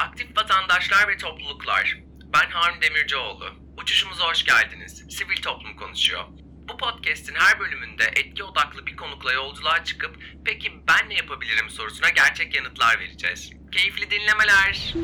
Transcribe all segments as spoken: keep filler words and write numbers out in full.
Aktif vatandaşlar ve topluluklar. Ben Harun Demircioğlu. Uçuşumuza hoş geldiniz. Sivil toplum konuşuyor. Bu podcast'in her bölümünde etki odaklı bir konukla yolculuğa çıkıp peki ben ne yapabilirim sorusuna gerçek yanıtlar vereceğiz. Keyifli dinlemeler.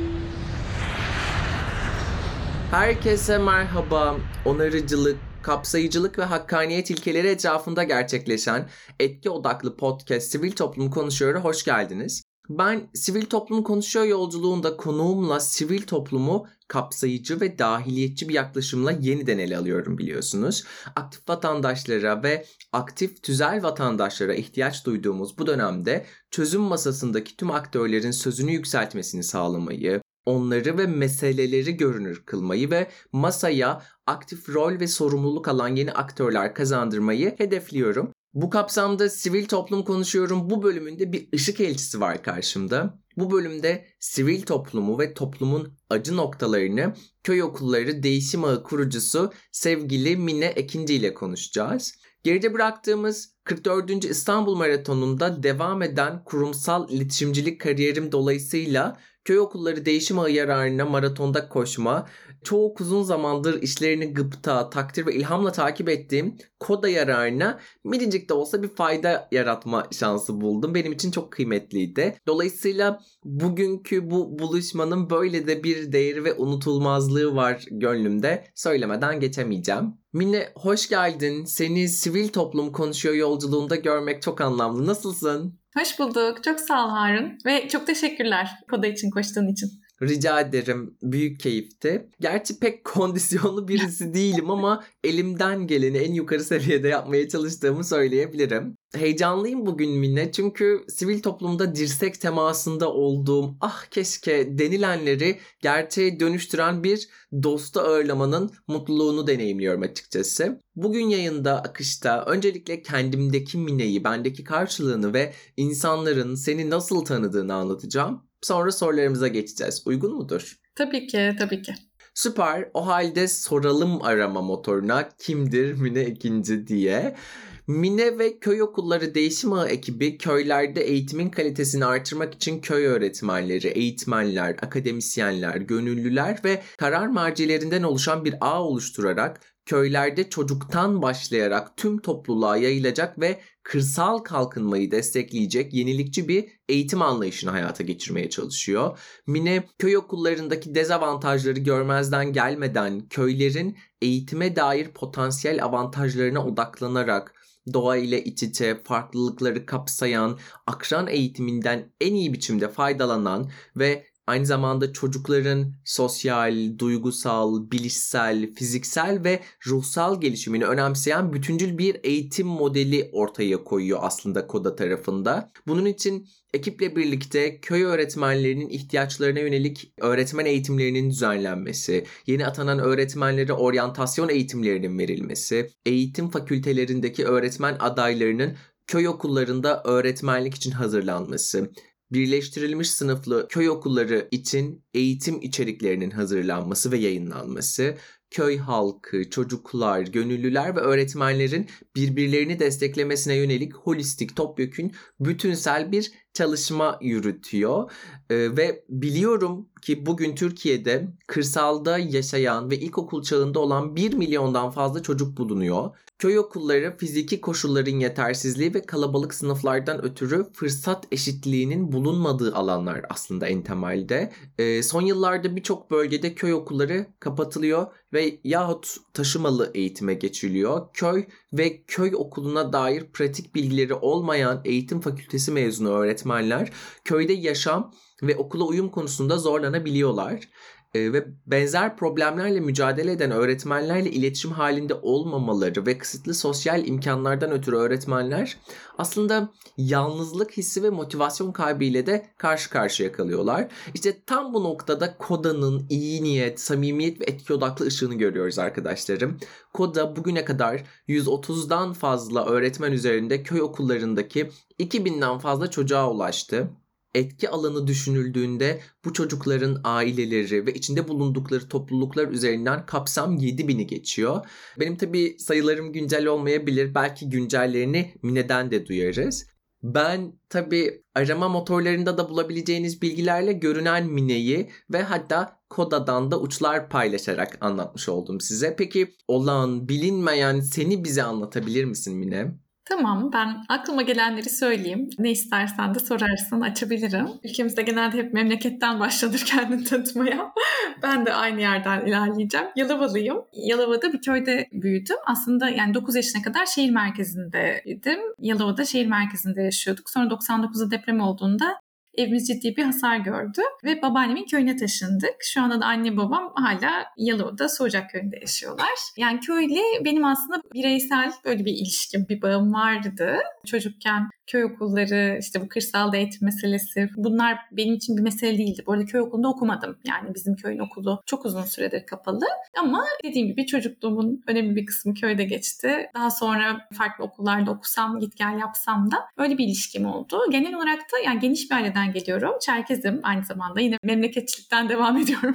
Herkese merhaba. Onarıcılık, kapsayıcılık ve hakkaniyet ilkeleri etrafında gerçekleşen etki odaklı podcast Sivil Toplum Konuşuyor'a hoş geldiniz. Ben Sivil Toplum Konuşuyor yolculuğunda konuğumla sivil toplumu kapsayıcı ve dahiliyetçi bir yaklaşımla yeniden ele alıyorum biliyorsunuz. Aktif vatandaşlara ve aktif tüzel vatandaşlara ihtiyaç duyduğumuz bu dönemde çözüm masasındaki tüm aktörlerin sözünü yükseltmesini sağlamayı, onları ve meseleleri görünür kılmayı ve masaya aktif rol ve sorumluluk alan yeni aktörler kazandırmayı hedefliyorum. Bu kapsamda Sivil Toplum Konuşuyorum bu bölümünde bir ışık elçisi var karşımda. Bu bölümde sivil toplumu ve toplumun acı noktalarını Köy Okulları Değişim Ağı kurucusu sevgili Mine Ekinci ile konuşacağız. Geride bıraktığımız kırk dördüncü İstanbul Maratonu'nda devam eden kurumsal iletişimcilik kariyerim dolayısıyla Köy Okulları Değişim Ağı yararına maratonda koşma, çok uzun zamandır işlerini gıpta, takdir ve ilhamla takip ettiğim KODA yararına minicik de olsa bir fayda yaratma şansı buldum. Benim için çok kıymetliydi. Dolayısıyla bugünkü bu buluşmanın böyle de bir değeri ve unutulmazlığı var gönlümde. Söylemeden geçemeyeceğim. Mine hoş geldin. Seni Sivil Toplum Konuşuyor yolculuğunda görmek çok anlamlı. Nasılsın? Hoş bulduk. Çok sağ ol Harun. Ve çok teşekkürler KODA için koştuğun için. Rica ederim. Büyük keyifti. Gerçi pek kondisyonlu birisi değilim ama elimden geleni en yukarı seviyede yapmaya çalıştığımı söyleyebilirim. Heyecanlıyım bugün Mine çünkü sivil toplumda dirsek temasında olduğum ah keşke denilenleri gerçeğe dönüştüren bir dostu ağırlamanın mutluluğunu deneyimliyorum açıkçası. Bugün yayında akışta öncelikle kendimdeki Mine'yi, bendeki karşılığını ve insanların seni nasıl tanıdığını anlatacağım. Sonra sorularımıza geçeceğiz. Uygun mudur? Tabii ki, tabii ki. Süper. O halde soralım arama motoruna kimdir Mine Ekinci diye. Mine ve Köy Okulları Değişim Ağı ekibi köylerde eğitimin kalitesini artırmak için köy öğretmenleri, eğitmenler, akademisyenler, gönüllüler ve karar mercilerinden oluşan bir ağ oluşturarak köylerde çocuktan başlayarak tüm topluluğa yayılacak ve kırsal kalkınmayı destekleyecek yenilikçi bir eğitim anlayışını hayata geçirmeye çalışıyor. Mine köy okullarındaki dezavantajları görmezden gelmeden köylerin eğitime dair potansiyel avantajlarına odaklanarak doğa ile iç içe, farklılıkları kapsayan, akran eğitiminden en iyi biçimde faydalanan ve aynı zamanda çocukların sosyal, duygusal, bilişsel, fiziksel ve ruhsal gelişimini önemseyen bütüncül bir eğitim modeli ortaya koyuyor aslında KODA tarafında. Bunun için ekiple birlikte köy öğretmenlerinin ihtiyaçlarına yönelik öğretmen eğitimlerinin düzenlenmesi, yeni atanan öğretmenlere oryantasyon eğitimlerinin verilmesi, eğitim fakültelerindeki öğretmen adaylarının köy okullarında öğretmenlik için hazırlanması, birleştirilmiş sınıflı köy okulları için eğitim içeriklerinin hazırlanması ve yayınlanması, köy halkı, çocuklar, gönüllüler ve öğretmenlerin birbirlerini desteklemesine yönelik holistik, topyekün, bütünsel bir çalışma yürütüyor. Ee, ve biliyorum ki bugün Türkiye'de kırsalda yaşayan ve ilkokul çağında olan bir milyondan fazla çocuk bulunuyor. Köy okulları fiziki koşulların yetersizliği ve kalabalık sınıflardan ötürü fırsat eşitliğinin bulunmadığı alanlar aslında en temelde. Ee, son yıllarda birçok bölgede köy okulları kapatılıyor ve yahut taşımalı eğitime geçiliyor. Köy ve köy okuluna dair pratik bilgileri olmayan eğitim fakültesi mezunu öğretmenler köyde yaşam ve okula uyum konusunda zorlanabiliyorlar. Ee, ve benzer problemlerle mücadele eden öğretmenlerle iletişim halinde olmamaları ve kısıtlı sosyal imkanlardan ötürü öğretmenler aslında yalnızlık hissi ve motivasyon kaybıyla de karşı karşıya kalıyorlar. İşte tam bu noktada KODA'nın iyi niyet, samimiyet ve etki odaklı ışığını görüyoruz arkadaşlarım. KODA bugüne kadar yüz otuzdan fazla öğretmen üzerinde köy okullarındaki iki binden fazla çocuğa ulaştı. Etki alanı düşünüldüğünde bu çocukların aileleri ve içinde bulundukları topluluklar üzerinden kapsam yedi bini geçiyor. Benim tabii sayılarım güncel olmayabilir. Belki güncellerini Mine'den de duyarız. Ben tabii arama motorlarında da bulabileceğiniz bilgilerle görünen Mine'yi ve hatta Koda'dan da uçlar paylaşarak anlatmış oldum size. Peki olan, bilinmeyen seni bize anlatabilir misin Mine? Tamam, ben aklıma gelenleri söyleyeyim. Ne istersen de sorarsan açabilirim. Ülkemizde genelde hep memleketten başlanır kendini tanıtmaya. Ben de aynı yerden ilerleyeceğim. Yalovalıyım. Yalova'da bir köyde büyüdüm. Aslında yani dokuz yaşına kadar şehir merkezindeydim. Yalova'da şehir merkezinde yaşıyorduk. Sonra doksan dokuzda deprem olduğunda evimiz ciddi bir hasar gördü ve babaannemin köyüne taşındık. Şu anda da anne babam hala Yalova'da Soğucak köyünde yaşıyorlar. Yani köyle benim aslında bireysel böyle bir ilişkim, bir bağım vardı. Çocukken köy okulları, işte bu kırsalda eğitim meselesi, bunlar benim için bir mesele değildi. Bu arada köy okulunda okumadım. Yani bizim köyün okulu çok uzun süredir kapalı. Ama dediğim gibi çocukluğumun önemli bir kısmı köyde geçti. Daha sonra farklı okullarda okusam, git gel yapsam da öyle bir ilişkim oldu. Genel olarak da yani geniş bir aileden geliyorum. Çerkezim aynı zamanda. Yine memleketçilikten devam ediyorum.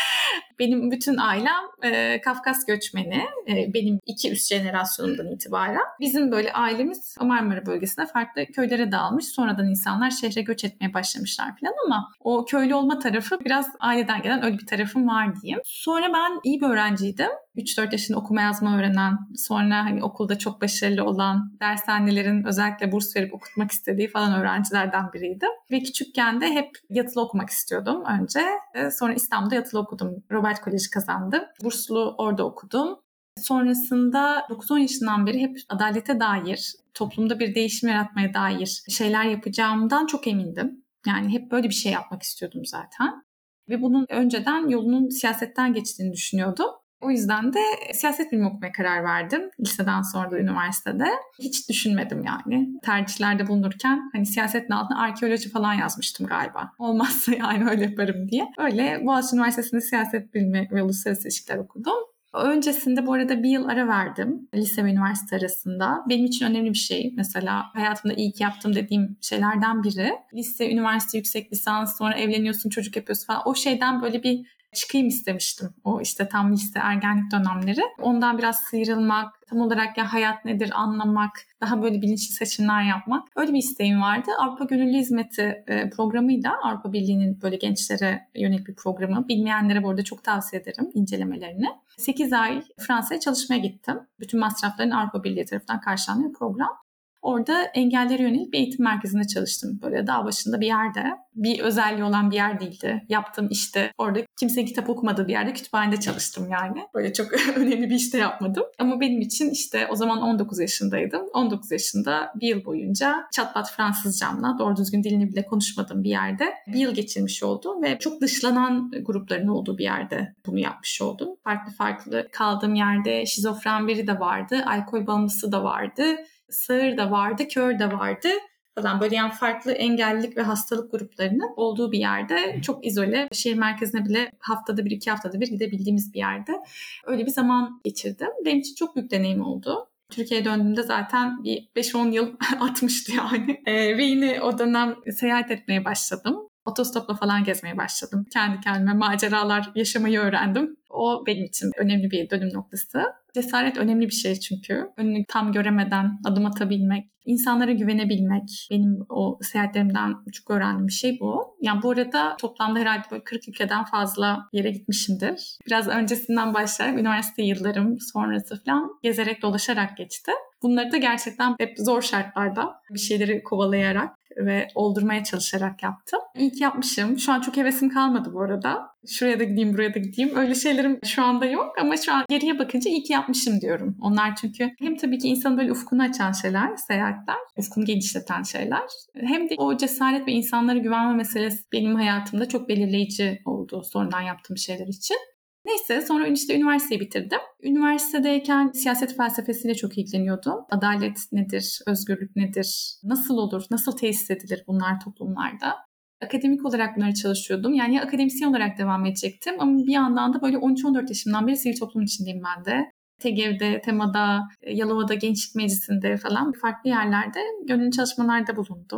Benim bütün ailem e, Kafkas göçmeni. E, benim iki üst jenerasyonumdan itibaren. Bizim böyle ailemiz Marmara bölgesinde farklı köylere dağılmış. Sonradan insanlar şehre göç etmeye başlamışlar falan ama o köylü olma tarafı biraz aileden gelen öyle bir tarafım var diyeyim. Sonra ben iyi bir öğrenciydim. üç dört yaşında okuma yazma öğrenen, sonra hani okulda çok başarılı olan, dershanelerin özellikle burs verip okutmak istediği falan öğrencilerden biriydim. Ve küçükken de hep yatılı okumak istiyordum önce. Sonra İstanbul'da yatılı okudum. Robert Koleji kazandım. Burslu orada okudum. Sonrasında dokuz on yaşından beri hep adalete dair, toplumda bir değişim yaratmaya dair şeyler yapacağımdan çok emindim. Yani hep böyle bir şey yapmak istiyordum zaten. Ve bunun önceden yolunun siyasetten geçtiğini düşünüyordum. O yüzden de siyaset bilimi okumaya karar verdim. Liseden sonra da üniversitede. Hiç düşünmedim yani. Tercihlerde bulunurken hani siyasetin altına arkeoloji falan yazmıştım galiba. Olmazsa yani öyle yaparım diye. Öyle Boğaziçi Üniversitesi'nde siyaset bilimi ve uluslararası ilişkiler okudum. Öncesinde bu arada bir yıl ara verdim lise ve üniversite arasında. Benim için önemli bir şey. Mesela hayatımda iyi ki yaptım dediğim şeylerden biri. Lise, üniversite, yüksek lisans, sonra evleniyorsun, çocuk yapıyorsun falan. O şeyden böyle bir çıkayım istemiştim. O işte tam lise, ergenlik dönemleri. Ondan biraz sıyrılmak, tam olarak ya hayat nedir anlamak, daha böyle bilinçli seçimler yapmak. Öyle bir isteğim vardı. Avrupa Gönüllü Hizmeti programıyla Avrupa Birliği'nin böyle gençlere yönelik bir programı. Bilmeyenlere bu arada çok tavsiye ederim incelemelerini. sekiz ay Fransa'ya çalışmaya gittim. Bütün masrafların Avrupa Birliği tarafından karşılanan bir program. Orada engellere yönelik bir eğitim merkezinde çalıştım. Böyle dağ başında bir yerde. Bir özelliği olan bir yer değildi. Yaptığım işte orada kimsenin kitap okumadığı bir yerde kütüphanede çalıştım yani. Böyle çok önemli bir işte yapmadım. Ama benim için işte o zaman on dokuz yaşındaydım. on dokuz yaşında bir yıl boyunca çatpat Fransızcamla doğru düzgün dilini bile konuşmadığım bir yerde bir yıl geçirmiş oldum. Ve çok dışlanan grupların olduğu bir yerde bunu yapmış oldum. Farklı farklı kaldığım yerde şizofren biri de vardı. Alkol bağımlısı da vardı. Sağır da vardı, kör de vardı falan böyle yani farklı engellilik ve hastalık gruplarının olduğu bir yerde çok izole, şehir merkezine bile haftada bir iki haftada bir gidebildiğimiz bir yerde öyle bir zaman geçirdim. Benim için çok büyük deneyim oldu. Türkiye'ye döndüğümde zaten bir beş on yıl atmıştı yani ee, ve yine o dönem seyahat etmeye başladım. Otostopla falan gezmeye başladım. Kendi kendime maceralar yaşamayı öğrendim. O benim için önemli bir dönüm noktası. Cesaret önemli bir şey çünkü. Önünü tam göremeden adım atabilmek, insanlara güvenebilmek. Benim o seyahatlerimden çok öğrendiğim bir şey bu. Yani bu arada toplamda herhalde böyle kırk ülkeden fazla yere gitmişimdir. Biraz öncesinden başlayarak üniversite yıllarım sonrası falan gezerek dolaşarak geçti. Bunları da gerçekten hep zor şartlarda bir şeyleri kovalayarak ve oldurmaya çalışarak yaptım. İyi ki yapmışım. Şu an çok hevesim kalmadı bu arada. Şuraya da gideyim, buraya da gideyim. Öyle şeylerim şu anda yok ama şu an geriye bakınca iyi ki yapmışım diyorum. Onlar çünkü hem tabii ki insanın böyle ufkunu açan şeyler, seyahatler, ufkunu genişleten şeyler. Hem de o cesaret ve insanlara güvenme meselesi benim hayatımda çok belirleyici oldu sonradan yaptığım şeyler için. Neyse sonra işte üniversiteyi bitirdim. Üniversitedeyken siyaset felsefesiyle çok ilgileniyordum. Adalet nedir, özgürlük nedir, nasıl olur, nasıl tesis edilir bunlar toplumlarda? Akademik olarak bunları çalışıyordum. Yani ya akademisyen olarak devam edecektim ama bir yandan da böyle on üç on dört yaşımdan beri sivil toplum içindeyim ben de. T G V'de, TEMA'da, Yalova'da Gençlik Meclisi'nde falan farklı yerlerde gönüllü çalışmalarda bulundum.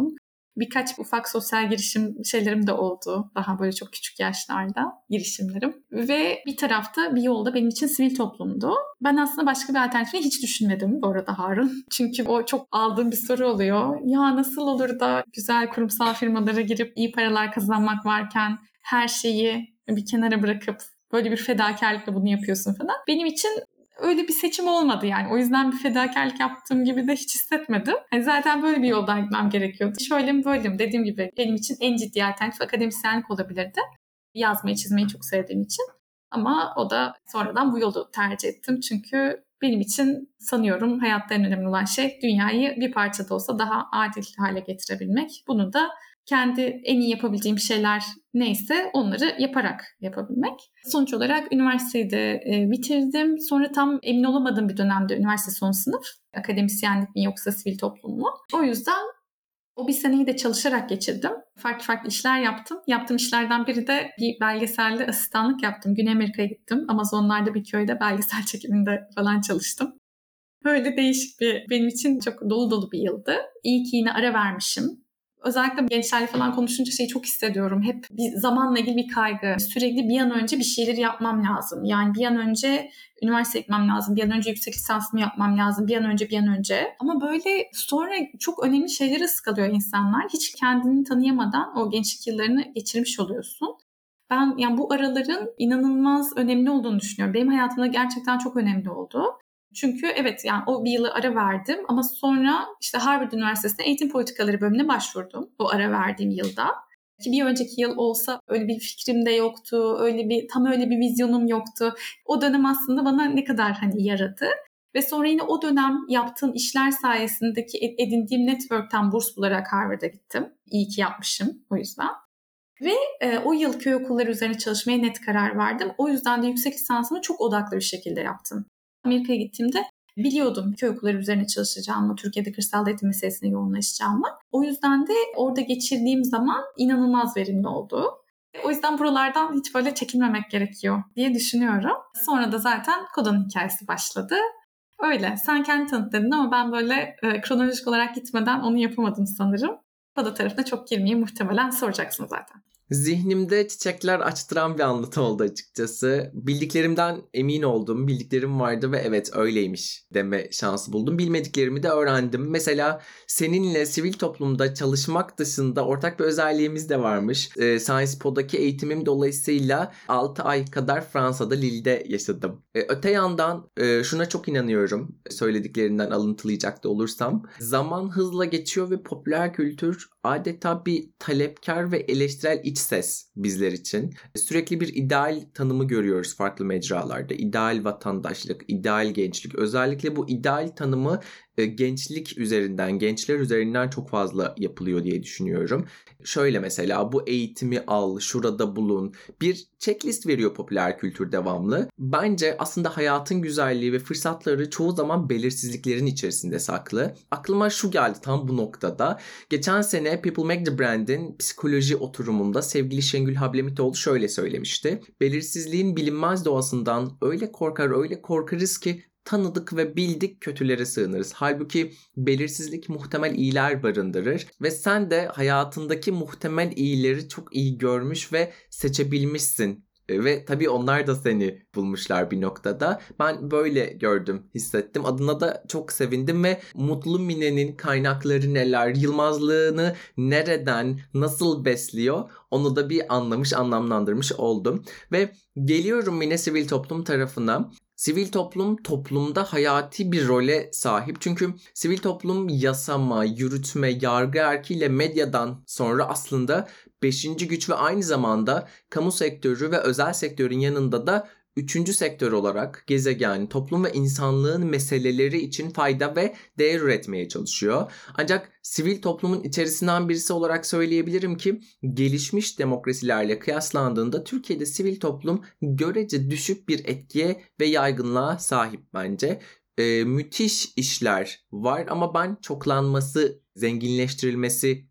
Birkaç ufak sosyal girişim şeylerim de oldu. Daha böyle çok küçük yaşlarda girişimlerim. Ve bir tarafta bir yolda benim için sivil toplumdu. Ben aslında başka bir alternatifi hiç düşünmedim bu arada Harun. Çünkü o çok aldığım bir soru oluyor. Ya nasıl olur da güzel kurumsal firmalara girip iyi paralar kazanmak varken her şeyi bir kenara bırakıp böyle bir fedakarlıkla bunu yapıyorsun falan. Benim için öyle bir seçim olmadı yani. O yüzden bir fedakarlık yaptığım gibi de hiç hissetmedim. Yani zaten böyle bir yoldan gitmem gerekiyordu. Şöyle mi böyle mi? Dediğim gibi benim için en ciddi alternatif akademisyenlik olabilirdi. Yazmayı çizmeyi çok sevdiğim için. Ama o da sonradan bu yolu tercih ettim. Çünkü benim için sanıyorum hayatta en önemli olan şey dünyayı bir parça da olsa daha adil hale getirebilmek. Bunu da kendi en iyi yapabileceğim şeyler neyse onları yaparak yapabilmek. Sonuç olarak üniversiteyi de e, bitirdim. Sonra tam emin olamadığım bir dönemde üniversite son sınıf. Akademisyenlik mi yoksa sivil toplum mu? O yüzden o bir seneyi de çalışarak geçirdim. Farklı farklı işler yaptım. Yaptığım işlerden biri de bir belgeselde asistanlık yaptım. Güney Amerika'ya gittim. Amazonlarda bir köyde belgesel çekiminde falan çalıştım. Böyle değişik bir, benim için çok dolu dolu bir yıldı. İyi ki yine ara vermişim. Özellikle gençlerle falan konuşunca şeyi çok hissediyorum. Hep bir zamanla ilgili bir kaygı. Sürekli bir an önce bir şeyleri yapmam lazım. Yani bir an önce üniversite gitmem lazım. Bir an önce yüksek lisansımı yapmam lazım. Bir an önce, bir an önce. Ama böyle sonra çok önemli şeylere ıskalıyor insanlar. Hiç kendini tanıyamadan o gençlik yıllarını geçirmiş oluyorsun. Ben yani bu araların inanılmaz önemli olduğunu düşünüyorum. Benim hayatımda gerçekten çok önemli oldu. Çünkü evet yani o bir yılı ara verdim ama sonra işte Harvard Üniversitesi'nde eğitim politikaları bölümüne başvurdum bu ara verdiğim yılda. Ki bir önceki yıl olsa öyle bir fikrim de yoktu, öyle bir tam öyle bir vizyonum yoktu. O dönem aslında bana ne kadar hani yaradı. Ve sonra yine o dönem yaptığım işler sayesindeki edindiğim network'ten burs bularak Harvard'a gittim. İyi ki yapmışım o yüzden. Ve e, o yıl köy okulları üzerine çalışmaya net karar verdim. O yüzden de yüksek lisansımı çok odaklı bir şekilde yaptım. Amerika'ya gittiğimde biliyordum köy okulları üzerine çalışacağımı, Türkiye'de kırsal eğitim meselesine yoğunlaşacağımı. O yüzden de orada geçirdiğim zaman inanılmaz verimli oldu. O yüzden buralardan hiç böyle çekinmemek gerekiyor diye düşünüyorum. Sonra da zaten Koda'nın hikayesi başladı. Öyle. Sen kendi tanıt dedin ama ben böyle e, kronolojik olarak gitmeden onu yapamadım sanırım. Koda tarafına çok girmeyeyim, muhtemelen soracaksın zaten. Zihnimde çiçekler açtıran bir anlatı oldu açıkçası. Bildiklerimden emin oldum. Bildiklerim vardı ve evet öyleymiş deme şansı buldum. Bilmediklerimi de öğrendim. Mesela seninle sivil toplumda çalışmak dışında ortak bir özelliğimiz de varmış. Ee, Sciences Po'daki eğitimim dolayısıyla altı ay kadar Fransa'da Lille'de yaşadım. Ee, öte yandan e, şuna çok inanıyorum. Söylediklerinden alıntılayacak da olursam. Zaman hızla geçiyor ve popüler kültür adeta bir talepkar ve eleştirel iç ses bizler için. Sürekli bir ideal tanımı görüyoruz farklı mecralarda. İdeal vatandaşlık, ideal gençlik. Özellikle bu ideal tanımı gençlik üzerinden, gençler üzerinden çok fazla yapılıyor diye düşünüyorum. Şöyle mesela bu eğitimi al, şurada bulun. Bir checklist veriyor popüler kültür devamlı. Bence aslında hayatın güzelliği ve fırsatları çoğu zaman belirsizliklerin içerisinde saklı. Aklıma şu geldi tam bu noktada. Geçen sene People Make the Brand'in psikoloji oturumunda sevgili Şengül Hablemitoğlu şöyle söylemişti. Belirsizliğin bilinmez doğasından öyle korkar öyle korkarız ki tanıdık ve bildik kötülere sığınırız. Halbuki belirsizlik muhtemel iyiler barındırır ve sen de hayatındaki muhtemel iyileri çok iyi görmüş ve seçebilmişsin. Ve tabii onlar da seni bulmuşlar bir noktada. Ben böyle gördüm, hissettim. Adına da çok sevindim ve Mutlu Mine'nin kaynakları neler, Yılmazlığını nereden, nasıl besliyor onu da bir anlamış, anlamlandırmış oldum. Ve geliyorum Mine sivil toplum tarafına. Sivil toplum toplumda hayati bir role sahip. Çünkü sivil toplum yasama, yürütme, yargı erkiyle medyadan sonra aslında beşinci güç ve aynı zamanda kamu sektörü ve özel sektörün yanında da üçüncü sektör olarak gezegen, toplum ve insanlığın meseleleri için fayda ve değer üretmeye çalışıyor. Ancak sivil toplumun içerisinden birisi olarak söyleyebilirim ki gelişmiş demokrasilerle kıyaslandığında Türkiye'de sivil toplum görece düşük bir etkiye ve yaygınlığa sahip bence. Ee, müthiş işler var ama ben çoklanması, zenginleştirilmesi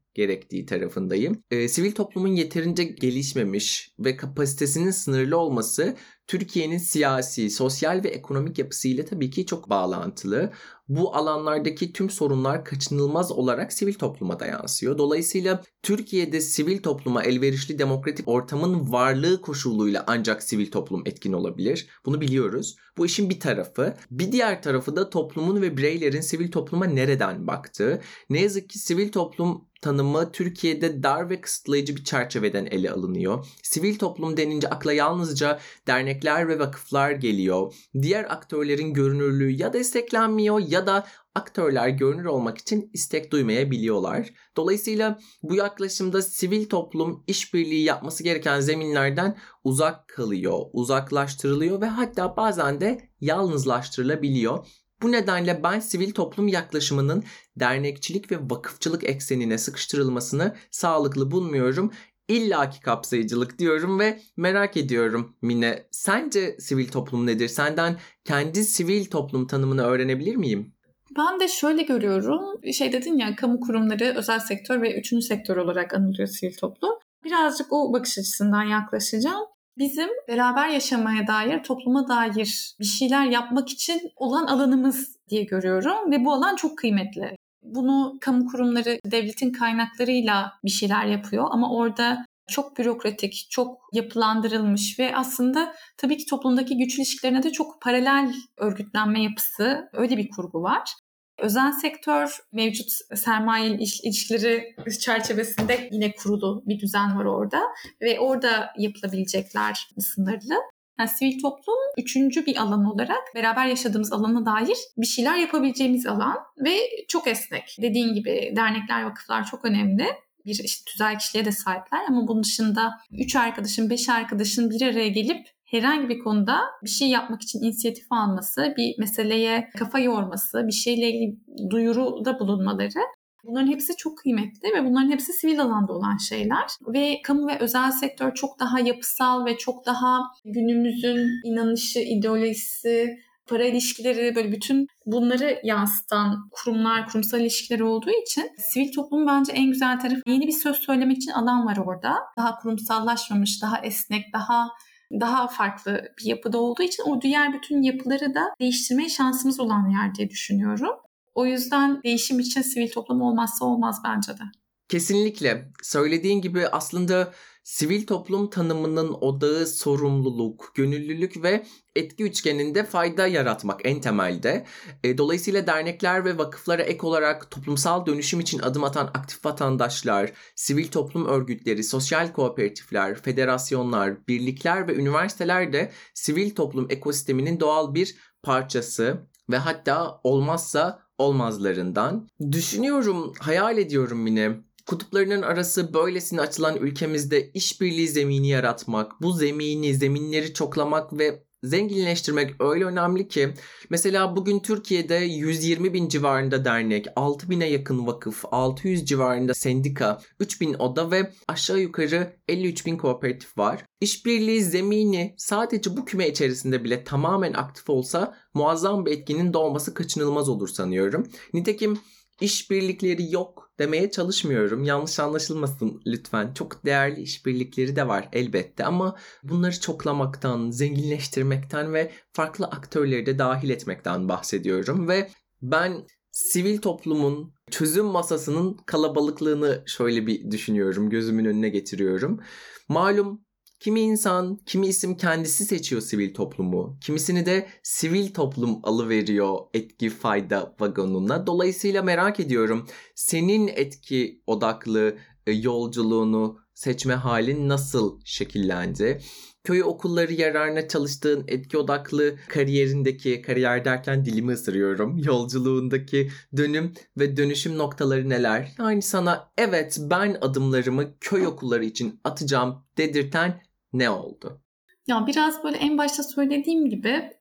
gerektiği tarafındayım. E, sivil toplumun yeterince gelişmemiş ve kapasitesinin sınırlı olması Türkiye'nin siyasi, sosyal ve ekonomik yapısıyla tabii ki çok bağlantılı. Bu alanlardaki tüm sorunlar kaçınılmaz olarak sivil topluma da yansıyor. Dolayısıyla Türkiye'de sivil topluma elverişli demokratik ortamın varlığı koşuluyla ancak sivil toplum etkin olabilir. Bunu biliyoruz. Bu işin bir tarafı. Bir diğer tarafı da toplumun ve bireylerin sivil topluma nereden baktığı. Ne yazık ki sivil toplum tanımı Türkiye'de dar ve kısıtlayıcı bir çerçeveden ele alınıyor. Sivil toplum denince akla yalnızca dernekler ve vakıflar geliyor. Diğer aktörlerin görünürlüğü ya desteklenmiyor ya da aktörler görünür olmak için istek duymayabiliyorlar. Dolayısıyla bu yaklaşımda sivil toplum işbirliği yapması gereken zeminlerden uzak kalıyor, uzaklaştırılıyor ve hatta bazen de yalnızlaştırılabiliyor. Bu nedenle ben sivil toplum yaklaşımının dernekçilik ve vakıfçılık eksenine sıkıştırılmasını sağlıklı bulmuyorum. İllaki kapsayıcılık diyorum ve merak ediyorum Mine. Sence sivil toplum nedir? Senden kendi sivil toplum tanımını öğrenebilir miyim? Ben de şöyle görüyorum. Şey dedin ya, kamu kurumları, özel sektör ve üçüncü sektör olarak anılıyor sivil toplum. Birazcık o bakış açısından yaklaşacağım. Bizim beraber yaşamaya dair, topluma dair bir şeyler yapmak için olan alanımız diye görüyorum ve bu alan çok kıymetli. Bunu kamu kurumları devletin kaynaklarıyla bir şeyler yapıyor ama orada çok bürokratik, çok yapılandırılmış ve aslında tabii ki toplumdaki güç ilişkilerine de çok paralel örgütlenme yapısı, öyle bir kurgu var. Özel sektör mevcut sermaye ilişkileri çerçevesinde yine kurulu bir düzen var orada ve orada yapılabilecekler sınırlı. Yani sivil toplum üçüncü bir alan olarak beraber yaşadığımız alana dair bir şeyler yapabileceğimiz alan ve çok esnek. Dediğin gibi dernekler, vakıflar çok önemli. Bir işte tüzel kişiliğe de sahipler ama bunun dışında üç arkadaşın, beş arkadaşın bir araya gelip herhangi bir konuda bir şey yapmak için inisiyatif alması, bir meseleye kafa yorması, bir şeyle ilgili duyuruda bulunmaları, bunların hepsi çok kıymetli ve bunların hepsi sivil alanda olan şeyler. Ve kamu ve özel sektör çok daha yapısal ve çok daha günümüzün inanışı, ideolojisi, para ilişkileri, böyle bütün bunları yansıtan kurumlar, kurumsal ilişkileri olduğu için sivil toplumun bence en güzel tarafı, yeni bir söz söylemek için alan var orada. Daha kurumsallaşmamış, daha esnek, daha daha farklı bir yapıda olduğu için o diğer bütün yapıları da değiştirmeye şansımız olan yer diye düşünüyorum. O yüzden değişim için sivil toplum olmazsa olmaz bence de. Kesinlikle. Söylediğin gibi aslında sivil toplum tanımının odağı sorumluluk, gönüllülük ve etki üçgeninde fayda yaratmak en temelde. Dolayısıyla dernekler ve vakıflara ek olarak toplumsal dönüşüm için adım atan aktif vatandaşlar, sivil toplum örgütleri, sosyal kooperatifler, federasyonlar, birlikler ve üniversiteler de sivil toplum ekosisteminin doğal bir parçası ve hatta olmazsa olmazlarından. Düşünüyorum, hayal ediyorum yine. Kutuplarının arası böylesine açılan ülkemizde işbirliği zemini yaratmak, bu zemini, zeminleri çoklamak ve zenginleştirmek öyle önemli ki mesela bugün Türkiye'de yüz yirmi bin civarında dernek, altı bine yakın vakıf, altı yüz civarında sendika, üç bin oda ve aşağı yukarı elli üç bin kooperatif var. İşbirliği zemini sadece bu küme içerisinde bile tamamen aktif olsa muazzam bir etkinin doğması kaçınılmaz olur sanıyorum. Nitekim işbirlikleri yok demeye çalışmıyorum. Yanlış anlaşılmasın lütfen. Çok değerli işbirlikleri de var elbette ama bunları çoklamaktan, zenginleştirmekten ve farklı aktörleri de dahil etmekten bahsediyorum ve ben sivil toplumun çözüm masasının kalabalıklığını şöyle bir düşünüyorum, gözümün önüne getiriyorum. Malum kimi insan, kimi isim kendisi seçiyor sivil toplumu. Kimisini de sivil toplum alıveriyor etki fayda vagonuna. Dolayısıyla merak ediyorum, senin etki odaklı yolculuğunu seçme halin nasıl şekillendi? Köy okulları yararına çalıştığın etki odaklı kariyerindeki, kariyer derken dilimi ısırıyorum, yolculuğundaki dönüm ve dönüşüm noktaları neler? Yani sana evet ben adımlarımı köy okulları için atacağım dedirten ne oldu? Ya biraz böyle en başta söylediğim gibi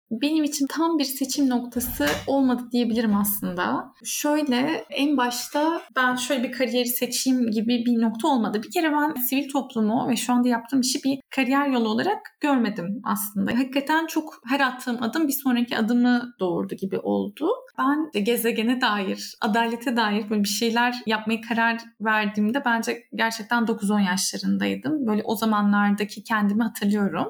Benim için tam bir seçim noktası olmadı diyebilirim aslında. Şöyle, en başta ben şöyle bir kariyeri seçeyim gibi bir nokta olmadı. Bir kere ben sivil toplumu ve şu anda yaptığım işi bir kariyer yolu olarak görmedim aslında. Hakikaten çok her attığım adım bir sonraki adımı doğurdu gibi oldu. Ben gezegene dair, adalete dair böyle bir şeyler yapmaya karar verdiğimde bence gerçekten dokuz on yaşlarındaydım. Böyle o zamanlardaki kendimi hatırlıyorum.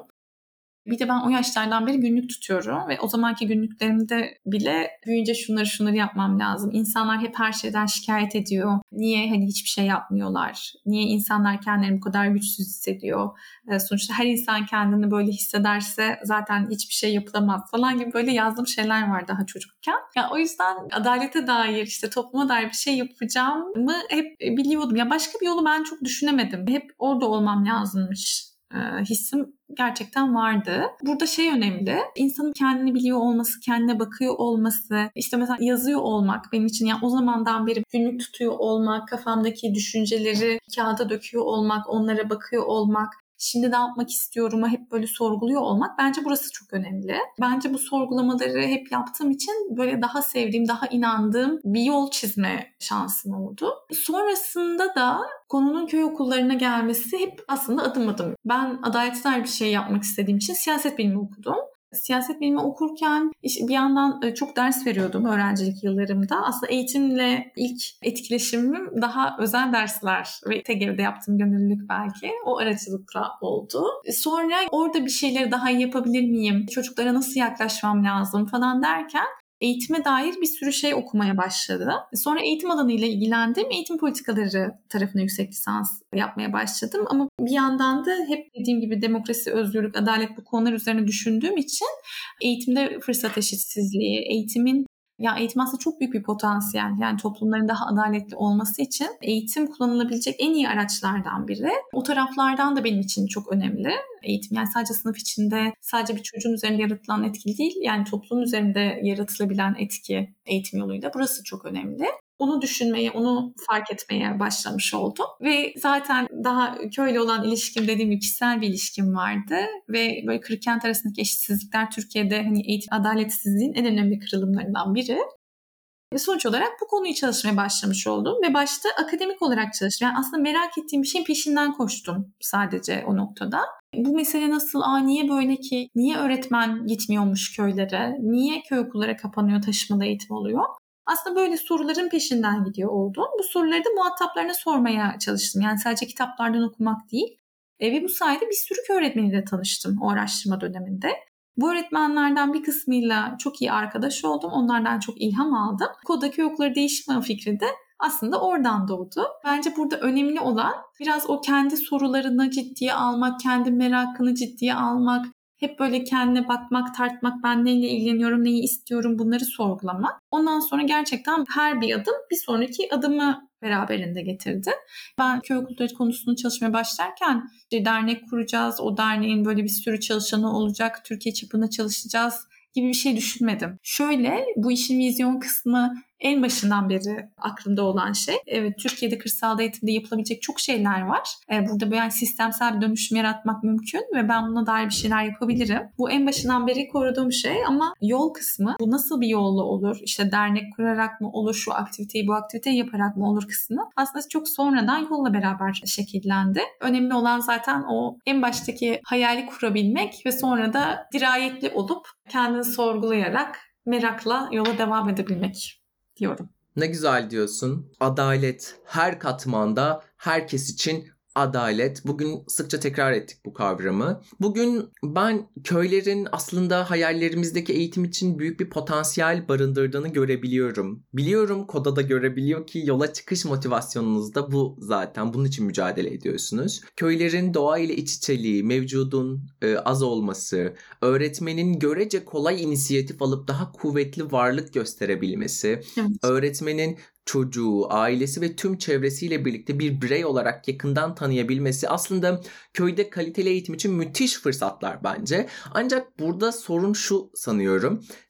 Bir de ben o yaşlardan beri günlük tutuyorum ve o zamanki günlüklerimde bile büyüyünce şunları şunları yapmam lazım. İnsanlar hep her şeyden şikayet ediyor. Niye hani hiçbir şey yapmıyorlar? Niye insanlar kendilerini bu kadar güçsüz hissediyor? Ee, sonuçta her insan kendini böyle hissederse zaten hiçbir şey yapılamaz falan gibi böyle yazdığım şeyler var daha çocukken. Yani o yüzden adalete dair, işte topluma dair bir şey yapacağımı hep biliyordum. Ya başka bir yolu ben çok düşünemedim. Hep orada olmam lazımmış hissim gerçekten vardı. Burada şey önemli, insanın kendini biliyor olması, kendine bakıyor olması, işte mesela yazıyor olmak benim için, yani o zamandan beri günlük tutuyor olmak, kafamdaki düşünceleri kağıda döküyor olmak, onlara bakıyor olmak, şimdi ne yapmak istiyorumu hep böyle sorguluyor olmak, bence burası çok önemli. Bence bu sorgulamaları hep yaptığım için böyle daha sevdiğim, daha inandığım bir yol çizme şansım oldu. Sonrasında da konunun köy okullarına gelmesi hep aslında adım adım. Ben adaletsel bir şey yapmak istediğim için siyaset bilimi okudum. Siyaset bilimi okurken bir yandan çok ders veriyordum öğrencilik yıllarımda. Aslında eğitimle ilk etkileşimim daha özel dersler ve T G V'de yaptığım gönüllülük belki o aracılıkla oldu. Sonra orada bir şeyleri daha iyi yapabilir miyim? Çocuklara nasıl yaklaşmam lazım falan derken eğitime dair bir sürü şey okumaya başladı. Sonra eğitim alanıyla ilgilendim. Eğitim politikaları tarafına yüksek lisans yapmaya başladım. Ama bir yandan da hep dediğim gibi demokrasi, özgürlük, adalet bu konular üzerine düşündüğüm için eğitimde fırsat eşitsizliği, eğitimin Ya eğitim aslında çok büyük bir potansiyel. Yani toplumların daha adaletli olması için eğitim kullanılabilecek en iyi araçlardan biri. O taraflardan da benim için çok önemli. Eğitim yani sadece sınıf içinde, sadece bir çocuğun üzerinde yaratılan etki değil. Yani toplum üzerinde yaratılabilen etki eğitim yoluyla. Burası çok önemli. Onu düşünmeye, onu fark etmeye başlamış oldum. Ve zaten daha köyle olan ilişkim, dediğim gibi kişisel bir ilişkim vardı. Ve böyle kırk kent arasındaki eşitsizlikler Türkiye'de hani eğitim adaletsizliğin en önemli kırılımlarından biri. Ve sonuç olarak bu konuyu çalışmaya başlamış oldum. Ve başta akademik olarak çalıştım. Yani aslında merak ettiğim bir şeyin peşinden koştum sadece o noktada. Bu mesele nasıl, aa niye böyle ki, niye öğretmen gitmiyormuş köylere, niye köy okulları kapanıyor, taşımalı eğitim oluyor? Aslında böyle soruların peşinden gidiyor oldum. Bu soruları da muhataplarına sormaya çalıştım. Yani sadece kitaplardan okumak değil. E, ve bu sayede bir sürü köy öğretmeniyle tanıştım o araştırma döneminde. Bu öğretmenlerden bir kısmıyla çok iyi arkadaş oldum. Onlardan çok ilham aldım. Koda köy okulları değişimi fikri de aslında oradan doğdu. Bence burada önemli olan biraz o kendi sorularını ciddiye almak, kendi merakını ciddiye almak, hep böyle kendine bakmak, tartmak, ben neyle ilgileniyorum, neyi istiyorum, bunları sorgulamak. Ondan sonra gerçekten her bir adım bir sonraki adımı beraberinde getirdi. Ben köy okulları konusunu çalışmaya başlarken işte dernek kuracağız, o derneğin böyle bir sürü çalışanı olacak, Türkiye çapında çalışacağız gibi bir şey düşünmedim. Şöyle, bu işin vizyon kısmı en başından beri aklımda olan şey. Evet, Türkiye'de kırsal eğitimde yapılabilecek çok şeyler var. Burada böyle sistemsel bir dönüşüm yaratmak mümkün ve ben buna dair bir şeyler yapabilirim. Bu en başından beri koruduğum şey, ama yol kısmı, bu nasıl bir yolla olur? İşte dernek kurarak mı olur, şu aktiviteyi bu aktiviteyi yaparak mı olur kısmı aslında çok sonradan yolla beraber şekillendi. Önemli olan zaten o en baştaki hayali kurabilmek ve sonra da dirayetli olup kendini sorgulayarak merakla yola devam edebilmek diyorum. Ne güzel diyorsun. Adalet her katmanda, herkes için adalet. Bugün sıkça tekrar ettik bu kavramı. Bugün ben köylerin aslında hayallerimizdeki eğitim için büyük bir potansiyel barındırdığını görebiliyorum. Biliyorum, Koda da görebiliyor ki yola çıkış motivasyonunuz da bu zaten. Bunun için mücadele ediyorsunuz. Köylerin doğa ile iç içeliği, mevcudun e, az olması, öğretmenin görece kolay inisiyatif alıp daha kuvvetli varlık gösterebilmesi, Evet. öğretmenin çocuğu, ailesi ve tüm çevresiyle birlikte bir birey olarak yakından tanıyabilmesi aslında köyde kaliteli eğitim için müthiş fırsatlar bence. Ancak burada sorun şu sanıyorum.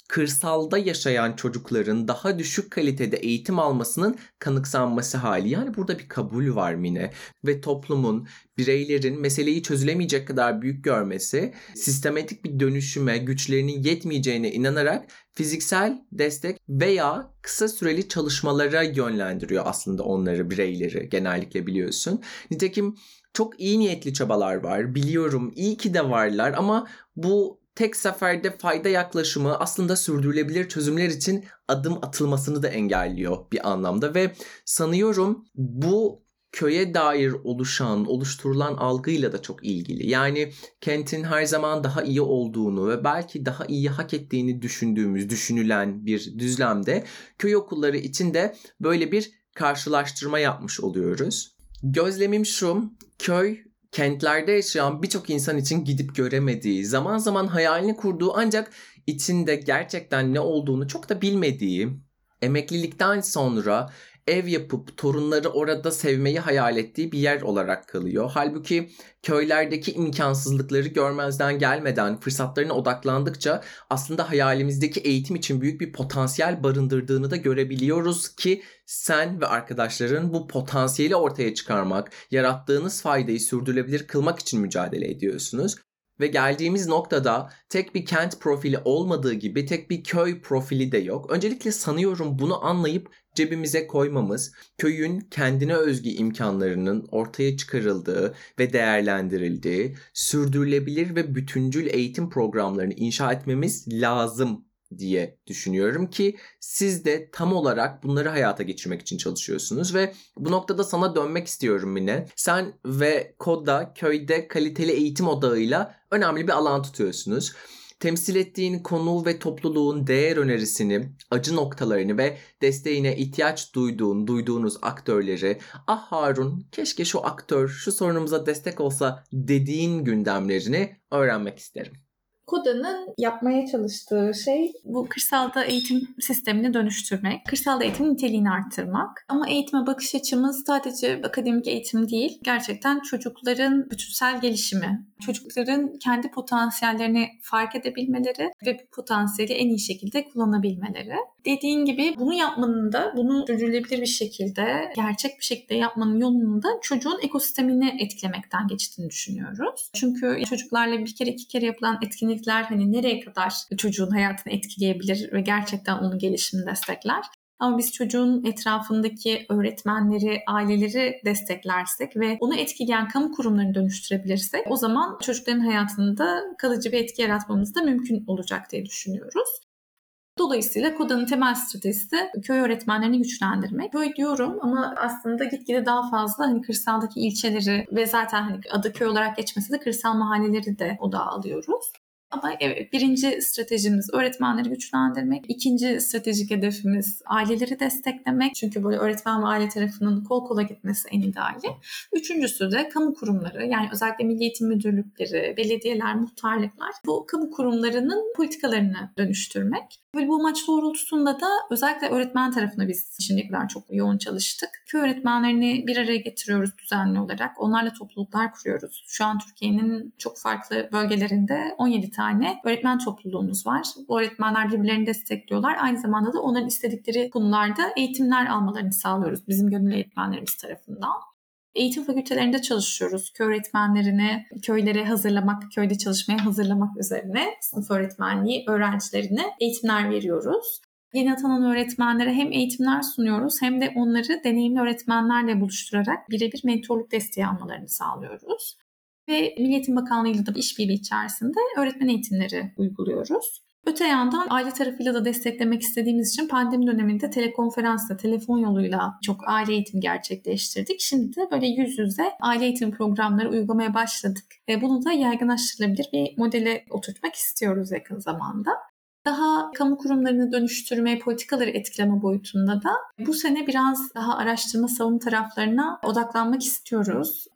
kırsalda yaşayan çocukların daha düşük kalitede eğitim almasının kanıksanması hali. Yani burada bir kabul var Mine ve toplumun, bireylerin meseleyi çözülemeyecek kadar büyük görmesi, sistematik bir dönüşüme güçlerinin yetmeyeceğine inanarak fiziksel destek veya kısa süreli çalışmalara yönlendiriyor aslında onları, bireyleri genellikle biliyorsun. Nitekim çok iyi niyetli çabalar var, biliyorum, iyi ki de varlar ama bu tek seferde fayda yaklaşımı aslında sürdürülebilir çözümler için adım atılmasını da engelliyor bir anlamda ve sanıyorum bu köye dair oluşan, oluşturulan algıyla da çok ilgili. Yani kentin her zaman daha iyi olduğunu ve belki daha iyi hak ettiğini düşündüğümüz, düşünülen bir düzlemde köy okulları için de böyle bir karşılaştırma yapmış oluyoruz. Gözlemim şu, köy kentlerde yaşayan birçok insan için gidip göremediği, zaman zaman hayalini kurduğu ancak içinde gerçekten ne olduğunu çok da bilmediği, emeklilikten sonra ev yapıp torunları orada sevmeyi hayal ettiği bir yer olarak kalıyor. Halbuki köylerdeki imkansızlıkları görmezden gelmeden fırsatlarına odaklandıkça aslında hayalimizdeki eğitim için büyük bir potansiyel barındırdığını da görebiliyoruz ki sen ve arkadaşların bu potansiyeli ortaya çıkarmak, yarattığınız faydayı sürdürülebilir kılmak için mücadele ediyorsunuz. Ve geldiğimiz noktada tek bir kent profili olmadığı gibi tek bir köy profili de yok. Öncelikle sanıyorum bunu anlayıp cebimize koymamız, köyün kendine özgü imkanlarının ortaya çıkarıldığı ve değerlendirildiği, sürdürülebilir ve bütüncül eğitim programlarını inşa etmemiz lazım diye düşünüyorum ki siz de tam olarak bunları hayata geçirmek için çalışıyorsunuz ve bu noktada sana dönmek istiyorum Mine. Sen ve Koda köyde kaliteli eğitim odağıyla önemli bir alan tutuyorsunuz. Temsil ettiğin konu ve topluluğun değer önerisini, acı noktalarını ve desteğine ihtiyaç duyduğun, duyduğunuz aktörleri, ah Harun keşke şu aktör şu sorunumuza destek olsa dediğin gündemlerini öğrenmek isterim. Koda'nın yapmaya çalıştığı şey bu kırsalda eğitim sistemini dönüştürmek, kırsalda eğitimin niteliğini arttırmak. Ama eğitime bakış açımız sadece akademik eğitim değil, gerçekten çocukların bütünsel gelişimi, çocukların kendi potansiyellerini fark edebilmeleri ve bu potansiyeli en iyi şekilde kullanabilmeleri. Dediğin gibi bunu yapmanın da, bunu sürdürülebilir bir şekilde, gerçek bir şekilde yapmanın yolunun da çocuğun ekosistemini etkilemekten geçtiğini düşünüyoruz. Çünkü çocuklarla bir kere iki kere yapılan etkinlikler hani nereye kadar çocuğun hayatını etkileyebilir ve gerçekten onun gelişimini destekler. Ama biz çocuğun etrafındaki öğretmenleri, aileleri desteklersek ve onu etkileyen kamu kurumlarını dönüştürebilirsek o zaman çocukların hayatında kalıcı bir etki yaratmamız da mümkün olacak diye düşünüyoruz. Dolayısıyla Koda'nın temel stratejisi de köy öğretmenlerini güçlendirmek. Köy diyorum ama aslında gitgide daha fazla hani kırsaldaki ilçeleri ve zaten hani adı köy olarak geçmese de kırsal mahalleleri de odağa alıyoruz. Ama evet, birinci stratejimiz öğretmenleri güçlendirmek. İkinci stratejik hedefimiz aileleri desteklemek. Çünkü böyle öğretmen ve aile tarafının kol kola gitmesi en ideali. Üçüncüsü de kamu kurumları, yani özellikle Milli Eğitim Müdürlükleri, belediyeler, muhtarlıklar bu kamu kurumlarının politikalarını dönüştürmek. Böyle bu amaç doğrultusunda da özellikle öğretmen tarafına biz şimdiye kadar çok yoğun çalıştık. Köy öğretmenlerini bir araya getiriyoruz düzenli olarak. Onlarla topluluklar kuruyoruz. Şu an Türkiye'nin çok farklı bölgelerinde on yedi tane öğretmen topluluğumuz var. Bu öğretmenler birbirlerini destekliyorlar. Aynı zamanda da onların istedikleri konularda eğitimler almalarını sağlıyoruz bizim gönüllü eğitmenlerimiz tarafından. Eğitim fakültelerinde çalışıyoruz. Köy öğretmenlerini köylere hazırlamak, köyde çalışmaya hazırlamak üzerine sınıf öğretmenliği öğrencilerine eğitimler veriyoruz. Yeni atanan öğretmenlere hem eğitimler sunuyoruz hem de onları deneyimli öğretmenlerle buluşturarak birebir mentorluk desteği almalarını sağlıyoruz. Ve Milli Eğitim Bakanlığı ile de işbirliği içerisinde öğretmen eğitimleri uyguluyoruz. Öte yandan aile tarafıyla da desteklemek istediğimiz için pandemi döneminde telekonferansla, telefon yoluyla çok aile eğitimi gerçekleştirdik. Şimdi de böyle yüz yüze aile eğitimi programları uygulamaya başladık. Ve bunu da yaygınlaştırılabilir bir modele oturtmak istiyoruz yakın zamanda. Daha kamu kurumlarını dönüştürme, politikaları etkileme boyutunda da bu sene biraz daha araştırma savunma taraflarına odaklanmak istiyoruz.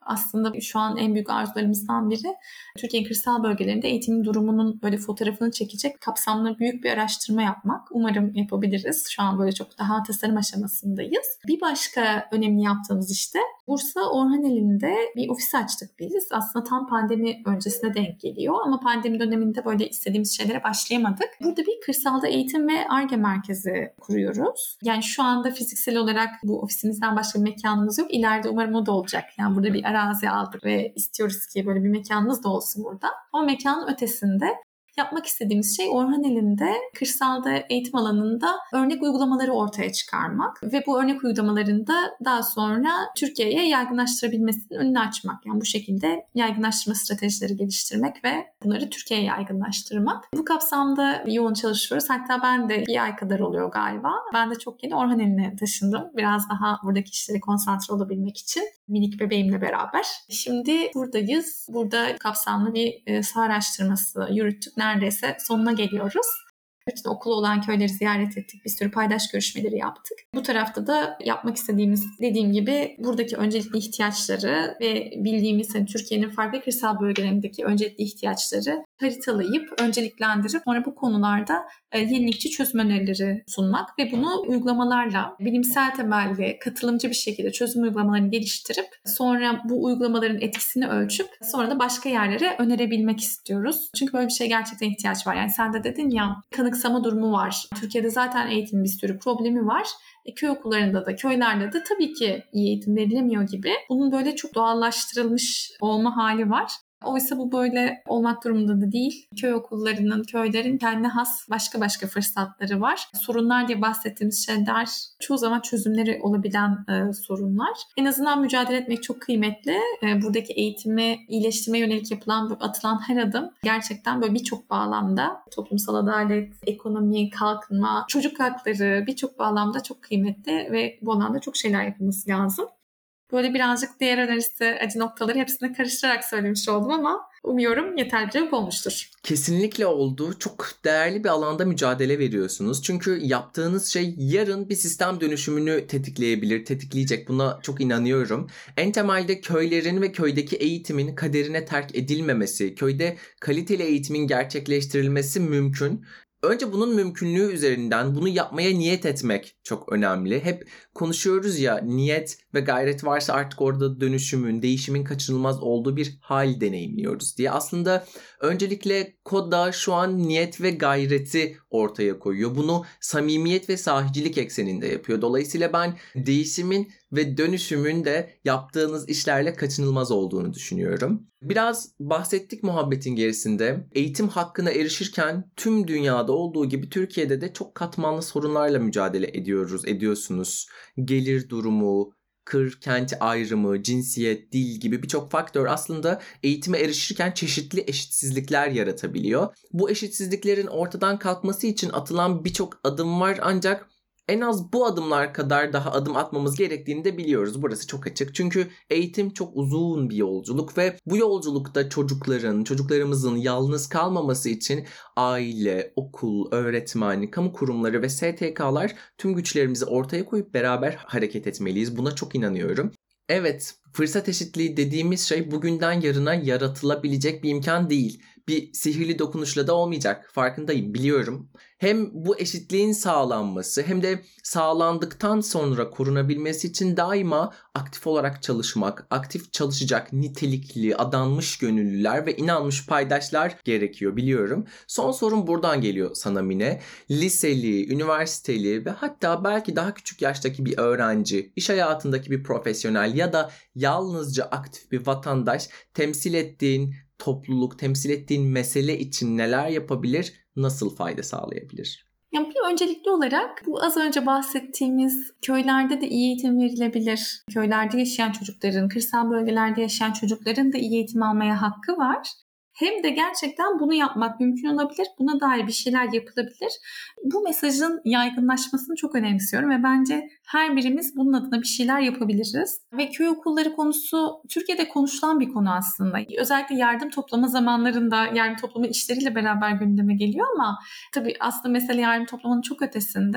Aslında şu an en büyük arzularımızdan biri Türkiye'nin kırsal bölgelerinde eğitimin durumunun böyle fotoğrafını çekecek kapsamlı büyük bir araştırma yapmak. Umarım yapabiliriz. Şu an böyle çok daha tasarım aşamasındayız. Bir başka önemli yaptığımız işte Bursa Orhaneli'nde bir ofis açtık biz. Aslında tam pandemi öncesine denk geliyor ama pandemi döneminde böyle istediğimiz şeylere başlayamadık. Burada bir kırsalda eğitim ve Ar-Ge merkezi kuruyoruz. Yani şu anda fiziksel olarak bu ofisimizden başka bir mekanımız yok. İleride umarım o da olacak. Yani burada bir arazi aldık ve istiyoruz ki böyle bir mekanımız da olsun burada. Ama mekanın ötesinde yapmak istediğimiz şey Orhaneli'nde kırsalda eğitim alanında örnek uygulamaları ortaya çıkarmak ve bu örnek uygulamaların da daha sonra Türkiye'ye yaygınlaştırabilmesinin önünü açmak. Yani bu şekilde yaygınlaştırma stratejileri geliştirmek ve bunları Türkiye'ye yaygınlaştırmak. Bu kapsamda yoğun çalışıyoruz. Hatta ben de bir ay kadar oluyor galiba. Ben de çok yeni Orhaneli'ne taşındım. Biraz daha buradaki işlere konsantre olabilmek için. Minik bebeğimle beraber. Şimdi buradayız. Burada kapsamlı bir saha araştırması yürüttük. Neredeyse sonuna geliyoruz. Bütün okulu olan köyleri ziyaret ettik. Bir sürü paydaş görüşmeleri yaptık. Bu tarafta da yapmak istediğimiz, dediğim gibi buradaki öncelikli ihtiyaçları ve bildiğimiz hani Türkiye'nin farklı kırsal bölgelerindeki öncelikli ihtiyaçları haritalayıp, önceliklendirip sonra bu konularda yenilikçi çözüm önerileri sunmak ve bunu uygulamalarla bilimsel temelli, katılımcı bir şekilde çözüm uygulamalarını geliştirip sonra bu uygulamaların etkisini ölçüp sonra da başka yerlere önerebilmek istiyoruz. Çünkü böyle bir şeye gerçekten ihtiyaç var. Yani sen de dedin ya, kanıksama durumu var. Türkiye'de zaten eğitim bir sürü problemi var. E, köy okullarında da, köylerde de tabii ki iyi eğitim verilemiyor gibi. Bunun böyle çok doğallaştırılmış olma hali var. Oysa bu böyle olmak durumunda da değil. Köy okullarının, köylerin kendine has başka başka fırsatları var. Sorunlar diye bahsettiğimiz şeyler çoğu zaman çözümleri olabilen e, sorunlar. En azından mücadele etmek çok kıymetli. E, buradaki eğitimi iyileştirmeye yönelik yapılan, atılan her adım gerçekten böyle birçok bağlamda toplumsal adalet, ekonomi, kalkınma, çocuk hakları birçok bağlamda çok kıymetli ve bu alanda çok şeyler yapılması lazım. Böyle birazcık diğer önerisi, acı noktaları hepsini karıştırarak söylemiş oldum ama umuyorum yeterli bir cevap olmuştur. Kesinlikle oldu. Çok değerli bir alanda mücadele veriyorsunuz. Çünkü yaptığınız şey yarın bir sistem dönüşümünü tetikleyebilir, tetikleyecek. Buna çok inanıyorum. En temelde köylerin ve köydeki eğitimin kaderine terk edilmemesi, köyde kaliteli eğitimin gerçekleştirilmesi mümkün. Önce bunun mümkünlüğü üzerinden bunu yapmaya niyet etmek çok önemli. Hep konuşuyoruz ya, niyet ve gayret varsa artık orada dönüşümün, değişimin kaçınılmaz olduğu bir hal deneyimliyoruz diye. Aslında öncelikle Koda şu an niyet ve gayreti ortaya koyuyor. Bunu samimiyet ve sahicilik ekseninde yapıyor. Dolayısıyla ben değişimin ve dönüşümün de yaptığınız işlerle kaçınılmaz olduğunu düşünüyorum. Biraz bahsettik muhabbetin gerisinde. Eğitim hakkına erişirken tüm dünyada olduğu gibi Türkiye'de de çok katmanlı sorunlarla mücadele ediyoruz, ediyorsunuz. Gelir durumu, kır, kent ayrımı, cinsiyet, dil gibi birçok faktör aslında eğitime erişirken çeşitli eşitsizlikler yaratabiliyor. Bu eşitsizliklerin ortadan kalkması için atılan birçok adım var ancak en az bu adımlar kadar daha adım atmamız gerektiğini de biliyoruz. Burası çok açık. Çünkü eğitim çok uzun bir yolculuk ve bu yolculukta çocukların, çocuklarımızın yalnız kalmaması için aile, okul, öğretmen, kamu kurumları ve S T K'lar tüm güçlerimizi ortaya koyup beraber hareket etmeliyiz. Buna çok inanıyorum. Evet, fırsat eşitliği dediğimiz şey bugünden yarına yaratılabilecek bir imkan değil. Bir sihirli dokunuşla da olmayacak. Farkındayım, biliyorum. Hem bu eşitliğin sağlanması hem de sağlandıktan sonra korunabilmesi için daima aktif olarak çalışmak, aktif çalışacak nitelikli, adanmış gönüllüler ve inanmış paydaşlar gerekiyor, biliyorum. Son sorum buradan geliyor sana Mine. Liseli, üniversiteli ve hatta belki daha küçük yaştaki bir öğrenci, iş hayatındaki bir profesyonel ya da yalnızca aktif bir vatandaş temsil ettiğin topluluk, temsil ettiğin mesele için neler yapabilir, nasıl fayda sağlayabilir? Yani bir öncelikli olarak bu az önce bahsettiğimiz köylerde de iyi eğitim verilebilir. Köylerde yaşayan çocukların, kırsal bölgelerde yaşayan çocukların da iyi eğitim almaya hakkı var. Hem de gerçekten bunu yapmak mümkün olabilir. Buna dair bir şeyler yapılabilir. Bu mesajın yaygınlaşmasını çok önemsiyorum ve bence her birimiz bunun adına bir şeyler yapabiliriz. Ve köy okulları konusu Türkiye'de konuşulan bir konu aslında. Özellikle yardım toplama zamanlarında yardım toplama işleriyle beraber gündeme geliyor ama tabii aslında mesele yardım toplamanın çok ötesinde.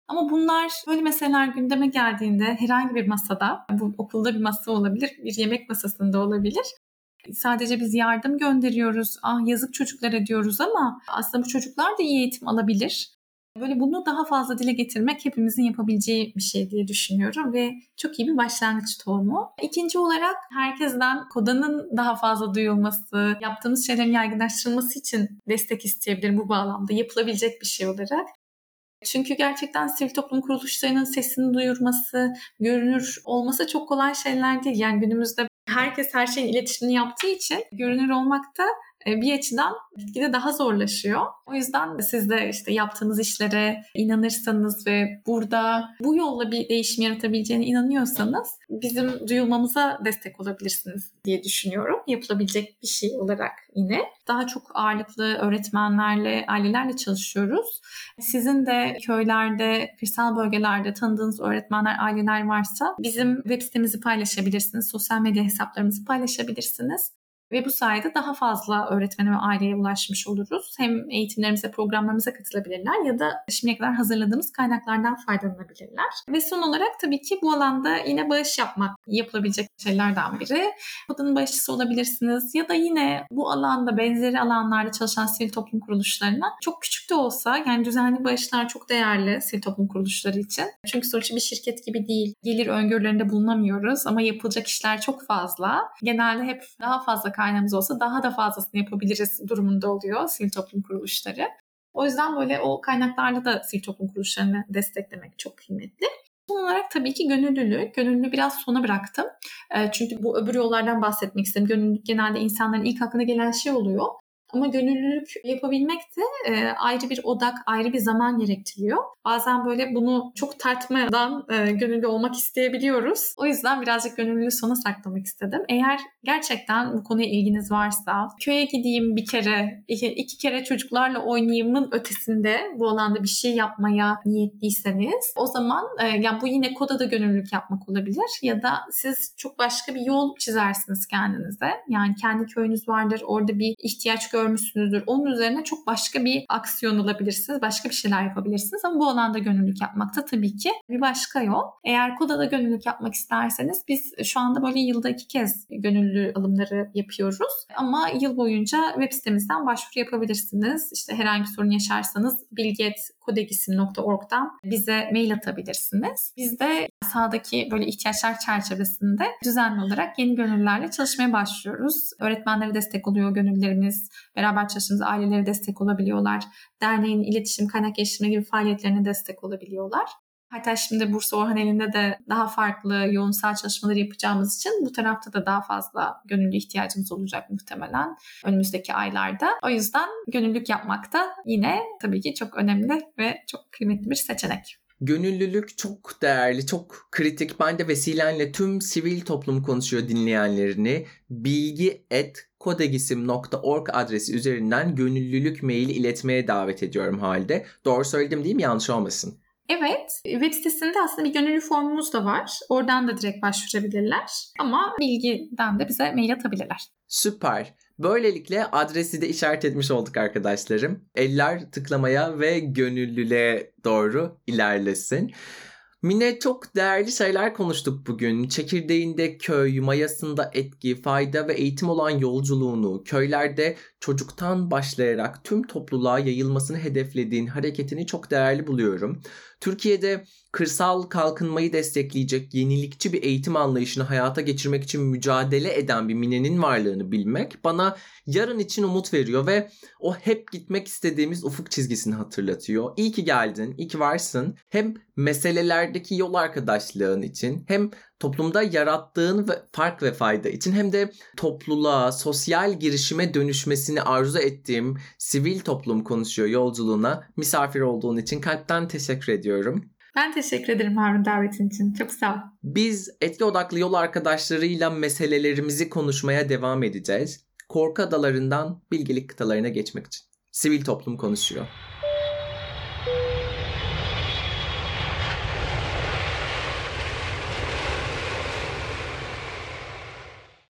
Ama bunlar böyle meseleler gündeme geldiğinde herhangi bir masada, bu okulda bir masa olabilir, bir yemek masasında olabilir. Sadece biz yardım gönderiyoruz, ah yazık çocuklara diyoruz ama aslında bu çocuklar da iyi eğitim alabilir. Böyle bunu daha fazla dile getirmek hepimizin yapabileceği bir şey diye düşünüyorum ve çok iyi bir başlangıç tohumu. İkinci olarak herkesten KODA'nın daha fazla duyulması, yaptığımız şeylerin yaygınlaştırılması için destek isteyebilirim bu bağlamda, yapılabilecek bir şey olarak. Çünkü gerçekten sivil toplum kuruluşlarının sesini duyurması, görünür olması çok kolay şeyler değil. Yani günümüzde herkes her şeyin iletişimini yaptığı için görünür olmak da bir açıdan gitgide daha zorlaşıyor. O yüzden siz de işte yaptığınız işlere inanırsanız ve burada bu yolla bir değişim yaratabileceğine inanıyorsanız bizim duyulmamıza destek olabilirsiniz diye düşünüyorum. Yapılabilecek bir şey olarak yine. Daha çok ağırlıklı öğretmenlerle, ailelerle çalışıyoruz. Sizin de köylerde, kırsal bölgelerde tanıdığınız öğretmenler, aileler varsa bizim web sitemizi paylaşabilirsiniz. Sosyal medya hesaplarımızı paylaşabilirsiniz. Ve bu sayede daha fazla öğretmene ve aileye ulaşmış oluruz. Hem eğitimlerimize, programlarımıza katılabilirler ya da şimdiye kadar hazırladığımız kaynaklardan faydalanabilirler. Ve son olarak tabii ki bu alanda yine bağış yapmak yapılabilecek şeylerden biri. KODA'nın bağışçısı olabilirsiniz ya da yine bu alanda benzeri alanlarda çalışan sivil toplum kuruluşlarına çok küçük de olsa, yani düzenli bağışlar çok değerli sivil toplum kuruluşları için. Çünkü sonuçta bir şirket gibi değil. Gelir öngörülerinde bulunamıyoruz ama yapılacak işler çok fazla. Genelde hep daha fazla kaynağımız olsa daha da fazlasını yapabiliriz durumunda oluyor sivil toplum kuruluşları. O yüzden böyle o kaynaklarla da sivil toplum kuruluşlarını desteklemek çok kıymetli. Son olarak tabii ki gönüllülük. Gönüllülüğü biraz sona bıraktım. Çünkü bu öbür yollardan bahsetmek istedim. Gönüllülük genelde insanların ilk aklına gelen şey oluyor. Ama gönüllülük yapabilmek de e, ayrı bir odak, ayrı bir zaman gerektiriyor. Bazen böyle bunu çok tartmadan e, gönüllü olmak isteyebiliyoruz. O yüzden birazcık gönüllülüğü sona saklamak istedim. Eğer gerçekten bu konuya ilginiz varsa, köye gideyim bir kere, iki, iki kere çocuklarla oynayayımın ötesinde bu alanda bir şey yapmaya niyetliyseniz, o zaman e, yani bu yine KODA'da gönüllülük yapmak olabilir. Ya da siz çok başka bir yol çizersiniz kendinize. Yani kendi köyünüz vardır, orada bir ihtiyaç görmüşsünüzdür. Onun üzerine çok başka bir aksiyon alabilirsiniz. Başka bir şeyler yapabilirsiniz. Ama bu alanda gönüllülük yapmak da tabii ki bir başka yol. Eğer KODA'da gönüllülük yapmak isterseniz biz şu anda böyle yılda iki kez gönüllü alımları yapıyoruz. Ama yıl boyunca web sitemizden başvuru yapabilirsiniz. İşte herhangi bir sorun yaşarsanız bilgi at kodegisim nokta org'dan bize mail atabilirsiniz. Biz de sahadaki böyle ihtiyaçlar çerçevesinde düzenli olarak yeni gönüllülerle çalışmaya başlıyoruz. Öğretmenlere destek oluyor gönüllülerimiz. Beraber çalıştığımız ailelere destek olabiliyorlar. Derneğin iletişim, kaynak geliştirme gibi faaliyetlerine destek olabiliyorlar. Hatta şimdi Bursa Orhan Eli'nde de daha farklı yoğun saha çalışmaları yapacağımız için bu tarafta da daha fazla gönüllü ihtiyacımız olacak muhtemelen önümüzdeki aylarda. O yüzden gönüllülük yapmak da yine tabii ki çok önemli ve çok kıymetli bir seçenek. Gönüllülük çok değerli, çok kritik. Ben de vesilenle tüm sivil toplum konuşuyor dinleyenlerini bilgi at kodegisim nokta org adresi üzerinden gönüllülük maili iletmeye davet ediyorum halde. Doğru söyledim değil mi? Yanlış olmasın. Evet, web sitesinde aslında bir gönüllü formumuz da var. Oradan da direkt başvurabilirler. Ama bilgiden de bize mail atabilirler. Süper. Böylelikle adresi de işaret etmiş olduk arkadaşlarım. Eller tıklamaya ve gönüllülüğe doğru ilerlesin. Mine, çok değerli şeyler konuştuk bugün. Çekirdeğinde köy, mayasında etki, fayda ve eğitim olan yolculuğunu, köylerde çocuktan başlayarak tüm topluluğa yayılmasını hedeflediğin hareketini çok değerli buluyorum. Türkiye'de kırsal kalkınmayı destekleyecek yenilikçi bir eğitim anlayışını hayata geçirmek için mücadele eden bir Mine'nin varlığını bilmek bana yarın için umut veriyor ve o hep gitmek istediğimiz ufuk çizgisini hatırlatıyor. İyi ki geldin, iyi ki varsın. Hem meselelerdeki yol arkadaşlığın için, hem toplumda yarattığın ve fark ve fayda için, hem de topluluğa, sosyal girişime dönüşmesini arzu ettiğim sivil toplum konuşuyor yolculuğuna misafir olduğun için kalpten teşekkür ediyorum. Ben teşekkür ederim Harun davetin için. Çok sağ ol. Biz etki odaklı yol arkadaşlarıyla meselelerimizi konuşmaya devam edeceğiz. Korku adalarından bilgelik kıtalarına geçmek için. Sivil toplum konuşuyor.